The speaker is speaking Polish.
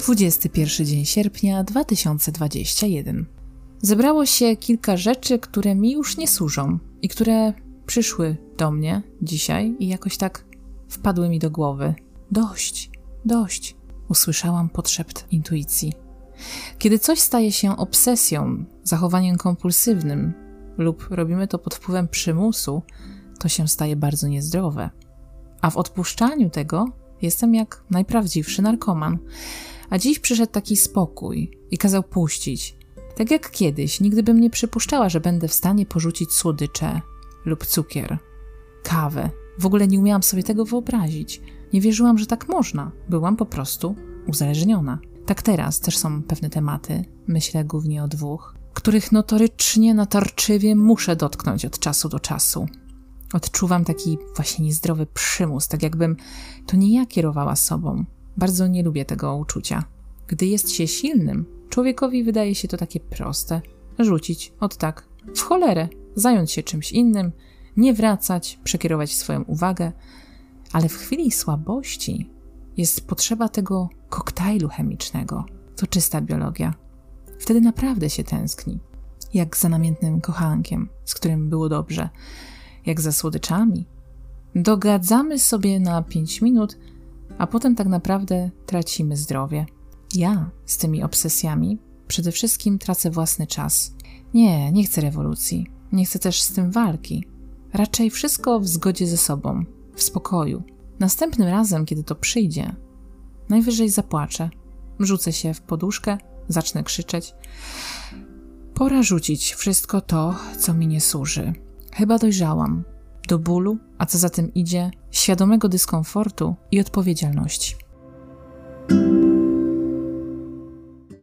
21 dzień sierpnia 2021. Zebrało się kilka rzeczy, które mi już nie służą i które przyszły do mnie dzisiaj i jakoś tak wpadły mi do głowy. Dość. Usłyszałam podszept intuicji. Kiedy coś staje się obsesją, zachowaniem kompulsywnym lub robimy to pod wpływem przymusu, to się staje bardzo niezdrowe. A w odpuszczaniu tego jestem jak najprawdziwszy narkoman. A dziś przyszedł taki spokój i kazał puścić. Tak jak kiedyś, nigdy bym nie przypuszczała, że będę w stanie porzucić słodycze lub cukier, kawę. W ogóle nie umiałam sobie tego wyobrazić. Nie wierzyłam, że tak można. Byłam po prostu uzależniona. Tak teraz też są pewne tematy, myślę głównie o dwóch, których notorycznie, natarczywie muszę dotknąć od czasu do czasu. Odczuwam taki właśnie niezdrowy przymus, tak jakbym to nie ja kierowała sobą. Bardzo nie lubię tego uczucia. Gdy jest się silnym, człowiekowi wydaje się to takie proste. Rzucić, tak, w cholerę, zająć się czymś innym, nie wracać, przekierować swoją uwagę. Ale w chwili słabości jest potrzeba tego koktajlu chemicznego. To czysta biologia. Wtedy naprawdę się tęskni. Jak za namiętnym kochankiem, z którym było dobrze. Jak za słodyczami. Dogadzamy sobie na 5 minut, a potem tak naprawdę tracimy zdrowie. Ja z tymi obsesjami przede wszystkim tracę własny czas. Nie chcę rewolucji. Nie chcę też z tym walki. Raczej wszystko w zgodzie ze sobą, w spokoju. Następnym razem, kiedy to przyjdzie, najwyżej zapłaczę. Rzucę się w poduszkę, zacznę krzyczeć. Pora rzucić wszystko to, co mi nie służy. Chyba dojrzałam do bólu, a co za tym idzie, świadomego dyskomfortu i odpowiedzialności.